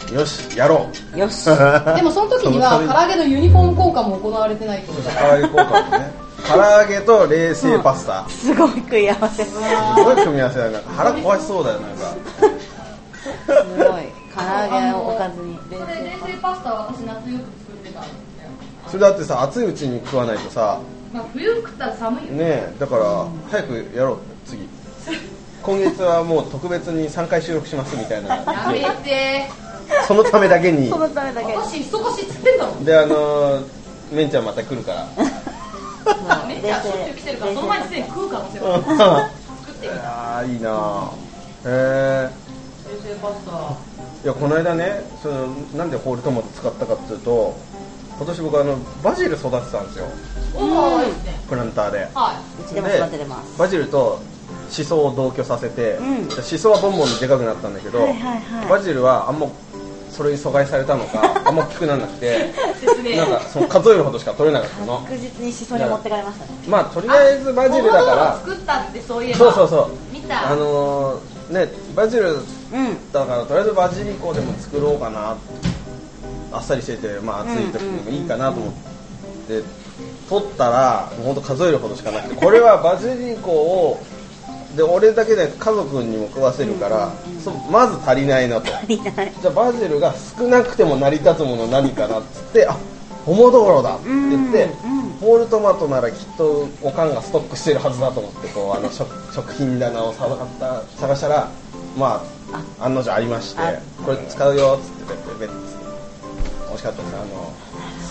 よしやろう。よし。 でもその時には唐揚げのユニフォーム交換も行われてないと。 唐揚げ交換もね。唐揚げと冷製パスタ。 すごい食い合わせ。すごい組み合わせだよ。なんか腹壊しそうだよなんか。 すごい。唐揚げをおかずに。 それ冷製パスタは私夏よく作ってたんですよ。 それだってさ熱いうちに食わないとさ、 冬食ったら寒いよね。だから早くやろう次。今月はもう特別に3回収録しますみたいな。 やめて。 そのためだけに。 そのためだけに。 私忙しいっつってんだもん。 でメンちゃんまた来るから。 メンちゃんしょっちゅう来てるからその前にすでに食う可能性がある。作ってみた。 いいな。冷製パスタ。 いやこの間ねなんでホールトマト使ったかっていうと、今年僕バジル育てたんですよ。プランターで。 うちでも育ててます。 バジルとシソを同居させて、シソはボンボンでかくなったんだけど、バジルはあんまそれに阻害されたのかあんま大きくならなくてなんか数えるほどしか取れなかったの。 確実にシソに持ってかれましたね。 とりあえずバジルだから作ったってそういえばそう見たバジルだからとりあえずバジリコでも作ろうかな、あっさりしてて暑い時でもいいかなと思って取ったらもうほんと数えるほどしかなくて、これはバジリコをで俺だけで家族にも食わせるから、まず足りないなと。じゃあバジルが少なくても成り立つもの何かなっつって、ポモドーロだって言って、ホールトマトならきっとおかんがストックしてるはずだと思って食品棚を探したら案の定ありまして、これ使うよっつって美味しかったです。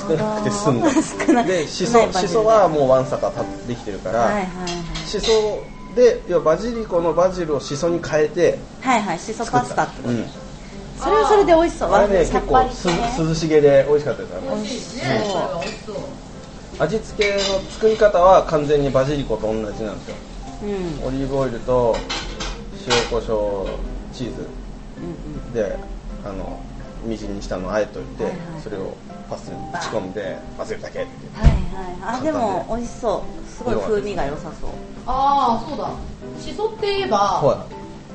少なくて済んで、でシソはもうわんさかできてるから、シソで要はバジリコのバジルをシソに変えて、 シソパスタってこと。それはそれで美味しそう。 あれね結構涼しげで美味しかったです。 美味しいね。美味しそう。 味付けの作り方は完全にバジリコと同じなんですよ。オリーブオイルと塩コショウチーズでみじんにしたのをあえといて、それをパスタにぶち込んで混ぜるだけって。 でも美味しそう。すごい風味が良さそう。 そうだ。シソって言えば、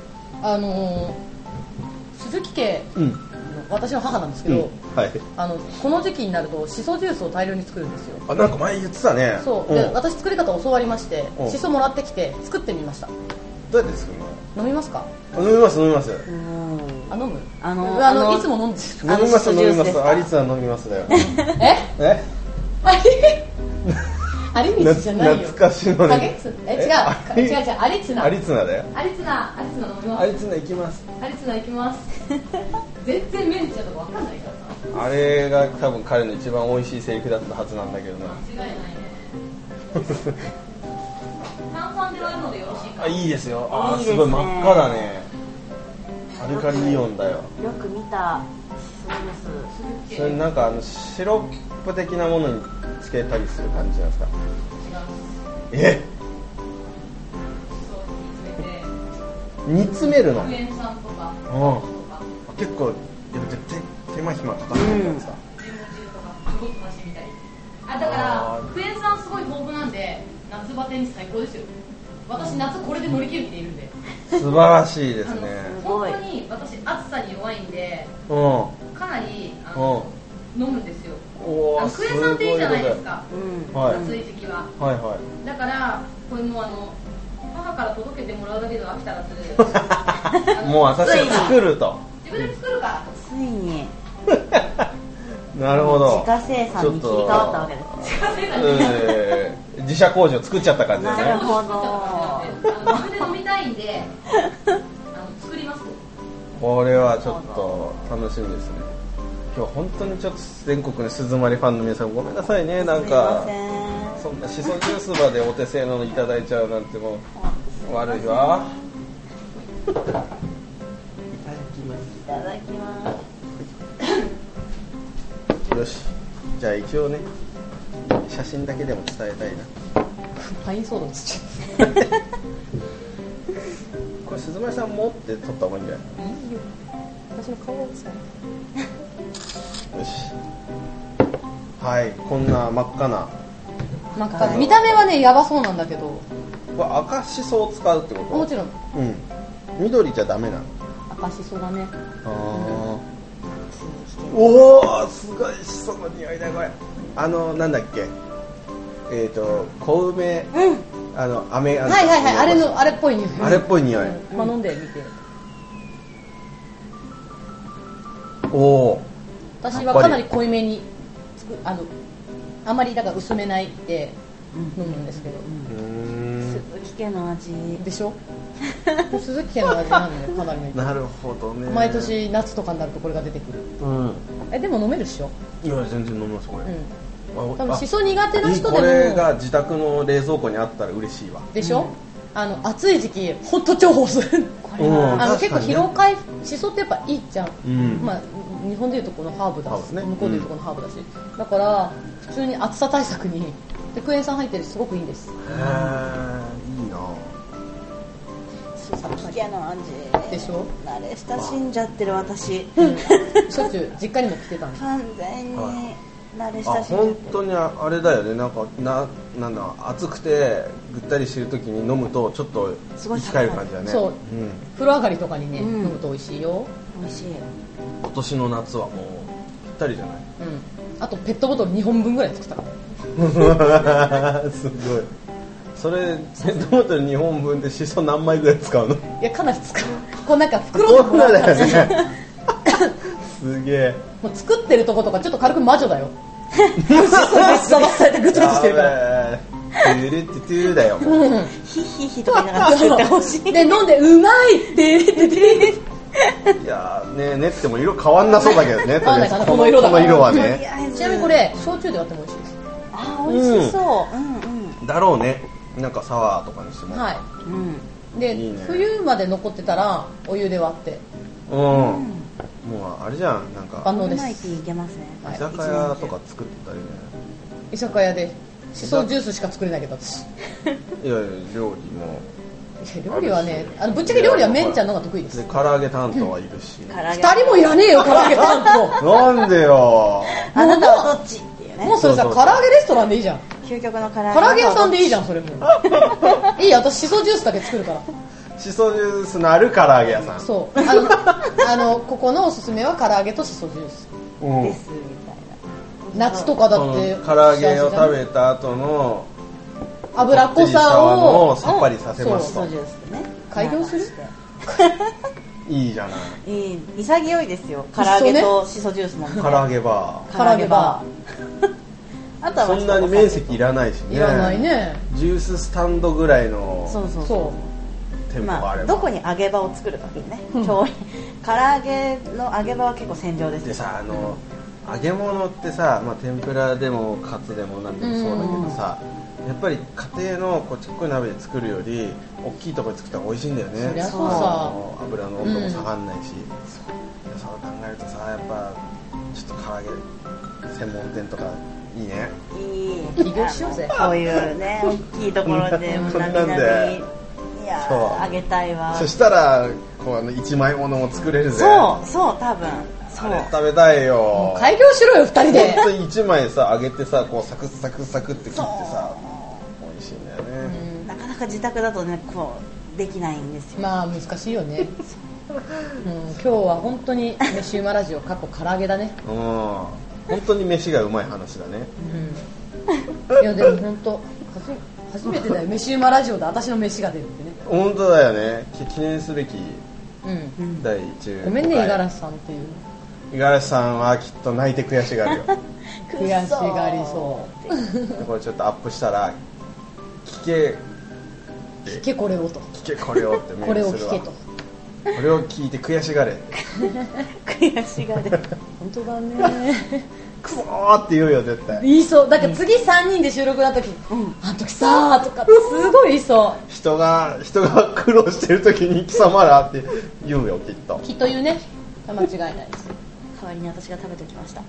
鈴木家、私の母なんですけど、この時期になるとシソジュースを大量に作るんですよ。 なんか前言ってたね。 そうで、私作り方を教わりまして、シソもらってきて作ってみました。 どうやって作るの？ 飲みますか？ 飲みます。 飲む？いつも飲んでる。 飲みます。アリツは飲みますだよ。 アリミスじゃないよ。 懐かしのね。 違う。アリツナ。 アリツナだよ。 アリツナ飲みます。 アリツナ行きます。 全然メンチャとかわかんないからな。 あれが多分彼の一番美味しいセリフだったはずなんだけどな。 間違いないね。炭酸で割るのでよろしいか。 いいですよ。すごい真っ赤だね。アルカリイオンだよ。 よく見たシソジュース。それなんかシロップ的なものにつけたりする感じなんですか？煮詰めるの？結構手間暇かかってるんですか？ だからクエン酸すごい豊富なんで夏バテに最高ですよ。私夏これで乗り切る気でいるんで。 素晴らしいですね。 本当に私暑さに弱いんで、かなり飲むんですよ。クエン酸っていいじゃないですか、暑い時期は。だからこれも母から届けてもらうだけで飽きたらずもう私が作ると。 自分で作るから。 ついになるほど。 自家生産に切り替わったわけです。 自社工場作っちゃった感じですね。 なるほど。 自分で飲みたいんで作ります。 これはちょっと楽しみですね。今日本当にちょっと全国の鈴まりファンの皆さんごめんなさいね。なんかそんなしそジュースまでお手製のいただいちゃうなんてもう悪いわ。いただきます。 いただきます。 よし、じゃあ一応ね写真だけでも伝えたいな。 パインソーダつっちゃうこれ鈴まりさん持って撮った方がいいんじゃない？ いいよ、私の顔をさ。 よし、はい、こんな真っ赤な見た目はねヤバそうなんだけど、 これ赤しそを使うってこと？ もちろん。 緑じゃダメなの？ 赤しそだね。 おー、すごいしその匂いだこれ。なんだっけ、小梅、飴、 あれっぽい匂い。 あれっぽい匂い。 まあ飲んでみて。 おー、 私はかなり濃いめにあまりだから薄めないで飲むんですけど。 鈴木家の味でしょ。鈴木家の味なんでかなりね。 なるほどね。 毎年夏とかになるとこれが出てくる。でも飲めるっしょ？ いや全然飲みますこれ。 多分シソ苦手な人でもこれが自宅の冷蔵庫にあったら嬉しいわ。 でしょ？暑い時期本当重宝する。これ結構疲労回復、シソってやっぱいいじゃん。まあ日本でいうとこのハーブだし、向こうでいうとこのハーブだし、だから普通に暑さ対策にでクエン酸入ってるしすごくいいんです。 へえ、いいな。 鈴木家の味でしょ？ 慣れ親しんじゃってる私。 しょっちゅう実家にも来てたんです。 完全に慣れ親しんじゃってる。 本当にあれだよね。なんだ暑くてぐったりしてる時に飲むとちょっと生き返る感じだね。 そう、風呂上がりとかにね、飲むと美味しいよ。 美味しい。 今年の夏はもうぴったりじゃない？ あとペットボトル2本分ぐらい作ったから。 すごい。それペットボトル2本分でシソ何枚ぐらい使うの？ いやかなり使う。こうなんか袋でもらったらね。 すげえ。 もう作ってるとことかちょっと軽く魔女だよ。シソがさばされてグツグツしてるから。 トゥルトゥトゥだよもう。 ヒヒヒとか言いながら作ってほしい。 で飲んでうまいっていやね練っても色変わんなそうだけどね。 変わんないかなこの色だから。 この色はね。 ちなみにこれ焼酎で割っても美味しいです。 美味しそう。 だろうね。なんかサワーとかにしても。 はい。で冬まで残ってたらお湯で割って。 もうあれじゃん、なんか万能です。 いけますね。 居酒屋とか作ってたりね。 居酒屋でシソジュースしか作れないけど私。 いや料理も。 料理はね、ぶっちゃけ料理はメンちゃんの方が得意です。 で唐揚げ担当はいるし。 2人もいらねえよ唐揚げ担当。なんでよ。 あなたはどっちっていうね。 もうそれさ唐揚げレストランでいいじゃん。 究極の唐揚げ屋さんでいいじゃんそれも。いい私シソジュースだけ作るから。 シソジュースのある唐揚げ屋さん。 そう。ここのおすすめは唐揚げとシソジュース。 ですみたいな。夏とかだって唐揚げを食べた後の脂っこさをさっぱりさせますと。 開業する？ いいじゃない。 いい潔いですよ。唐揚げとシソジュースも。 唐揚げバー。唐揚げバー。 あとはそんなに面積いらないしね。 いらないね。 ジューススタンドぐらいの。 そう。 店舗があれば。 どこに揚げ場を作るかっていうね。唐揚げの揚げ場は結構戦場ですよ。 でさ揚げ物ってさ、天ぷらでもカツでもなんでもそうだけどさ、やっぱり家庭のちっこい鍋で作るより大きいところで作った方が美味しいんだよね。 そりゃそうさ。 油の温度も下がんないし、そう考えるとさやっぱちょっと唐揚げ専門店とかいいね。 いい。 起業しようぜ。 こういうね大きいところでなみなみ。いやあげたいわ。 そしたら1枚ものも作れるぜ。 そう多分あれ食べたいよ。 開業しろよ2人で。 本当に1枚さ揚げてさ、こうサクサクサクって切ってさ、美味しいんだよね。 なかなか自宅だとねこうできないんですよ。 まあ難しいよね。今日は本当に飯うまラジオ過去唐揚げだね。 本当に飯がうまい話だね。 いやでも本当初めてだよ、飯うまラジオで私の飯が出るってね。 本当だよね。記念すべき第15回。 ごめんね五十嵐さんっていう。 五十嵐さんはきっと泣いて悔しがるよ。 悔しがりそう。 これちょっとアップしたら聞けこれをと。 聞けこれをってメールするわ。 これを聞けと。 これを聞いて悔しがれ。 悔しがれ。 本当だね。 クソーって言うよ絶対。 言いそう。だから次3人で収録の時、あの時さーとかすごい言いそう。 人が苦労してる時に貴様らって言うよきっと。 きっと言うね。間違いないです。 代わりに私が食べておきました。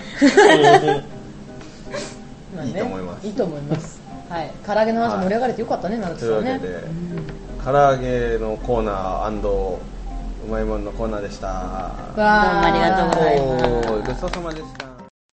いいと思います。 いいと思います。はい。唐揚げの話盛り上がれてよかったね、なるとね。 というわけで、唐揚げのコーナー&うまいもんのコーナーでした。 どうもありがとうございます。 ごちそうさまでした。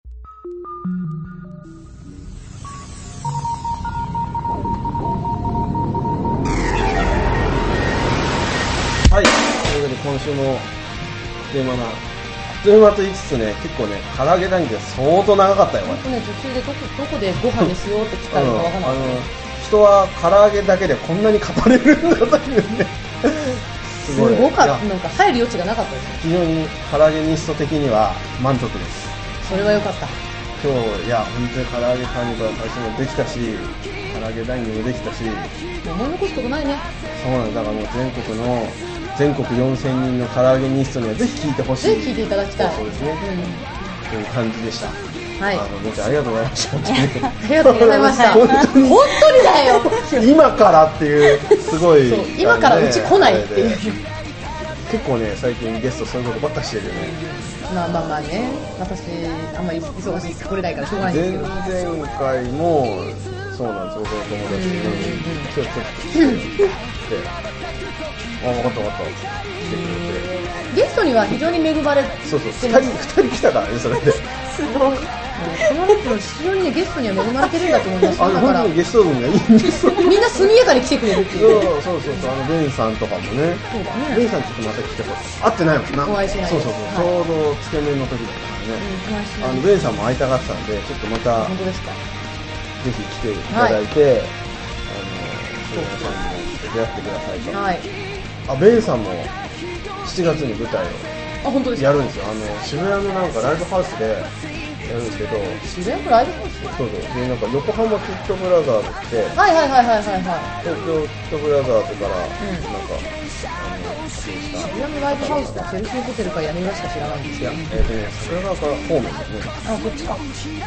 はい、というわけで今週のテーマな、テーマと言いつつね、結構ね、唐揚げ談義が相当長かったよ。 本当ね、途中でどこでご飯にしようって聞かれるかわからない。 人は唐揚げだけでこんなに語れるんだというね。 すごかった。なんか入る余地がなかったです。 非常に唐揚げニスト的には満足です。 それは良かった。 今日いや本当に唐揚げカーニバル最初もできたし、唐揚げ談義もできたし、 思い残すことないね。 そうなんだからもう全国4000人の唐揚げニストにはぜひ聞いてほしい。 ぜひ聞いていただきたい。 そうですね。という感じでした。 はい。 もちゃんありがとうございました。 ありがとうございました。本当にだよ。 今からっていうすごい、 今からうち来ないっていう。 結構ね最近ゲストそういうことばっかしてるよね。 まあね、私あんまり忙しい来れないからしょうがないんですけど。 前々回もそうなんです。僕の友達に今日ちょっと来て、分かった来てくれて。 ゲストには非常に恵まれてそう2人来たからねそれで。 すごい。 非常にねゲストには恵まれてるんだと思います。だからゲスト群がいいんですよ。 みんな速やかに来てくれるっていう。 そうベンさんとかもね。そうだね。ベンさんちょっとまた来てほしい。会ってないもんな。 お会いしない。 そう。ちょうどつけ麺の時だったからね。ベンさんも会いたがってたんでちょっとまた本当ですか。 ぜひ来ていただいて、ベンさんも出会ってくださいと。 はい。 ベンさんも7月に舞台をやるんですよ。渋谷のなんかライブハウスでやるんですけど。 渋谷のライブハウス？ そうでなんか横浜キッドブラザーズって。 はい。 東京キッドブラザーズからなんか渋谷のライブハウスはチェルシーホテルか屋根裏しか知らないんですよ。 桜川から方面ですね。 こっちか。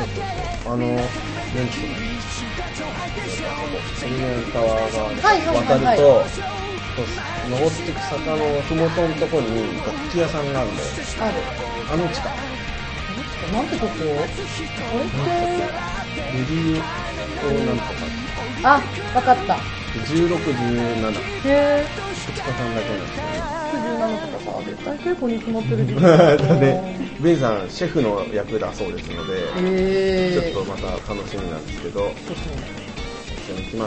なんつうのセリメンタワーが渡ると、登っていく坂のふもとのとこに楽器屋さんがあるんだよ。あの地下。 なんてとこ？これってレディーなんとか。わかった。 16、17。 へー。 2日間だけなんですよね。 17とかさ、絶対結構に決まってる時期だね。ベイさんシェフの役だそうですので、ちょっとまた楽しみなんですけど、一緒に行きます。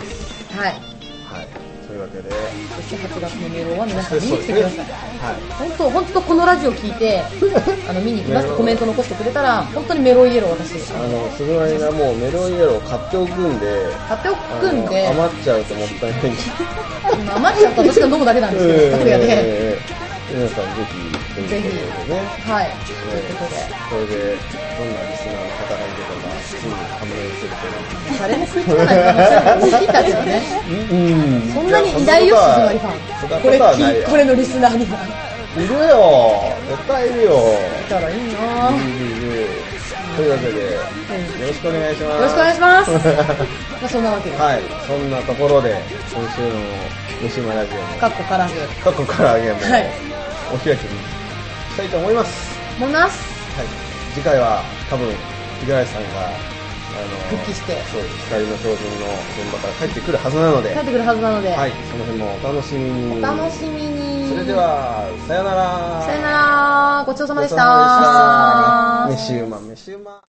はい。 というわけで、 そして8月のメールは皆さん見に来てください。本当このラジオ聞いて見に来ますってコメント残してくれたら本当にメロイエロー私すごいな。もうメロイエロー買っておくんで余っちゃうともったいないんで余っちゃうと私が飲むだけなんですけど楽屋で皆さんぜひね。はい。ということでこれでどんなリスナーの方がいるのかすぐ判明すると誰も食いつかないから聞いたけどね。そんなにいないよ鈴まりファン。これのリスナーにはいるよ。絶対いるよ。 いたらいいな。 というわけでよろしくお願いします。 よろしくお願いします。そんなわけで。 はい。そんなところで今週の飯馬ラジオもかっこ唐揚げもお開きにしたいと思います。 はい。 次回は多分五十嵐さんが復帰してそう光の標準の現場から帰ってくるはずなので、 帰ってくるはずなので、 はい、その辺もお楽しみに。 お楽しみに。 それではさよなら。 さよなら。ごちそうさまでした。 飯うま飯うま。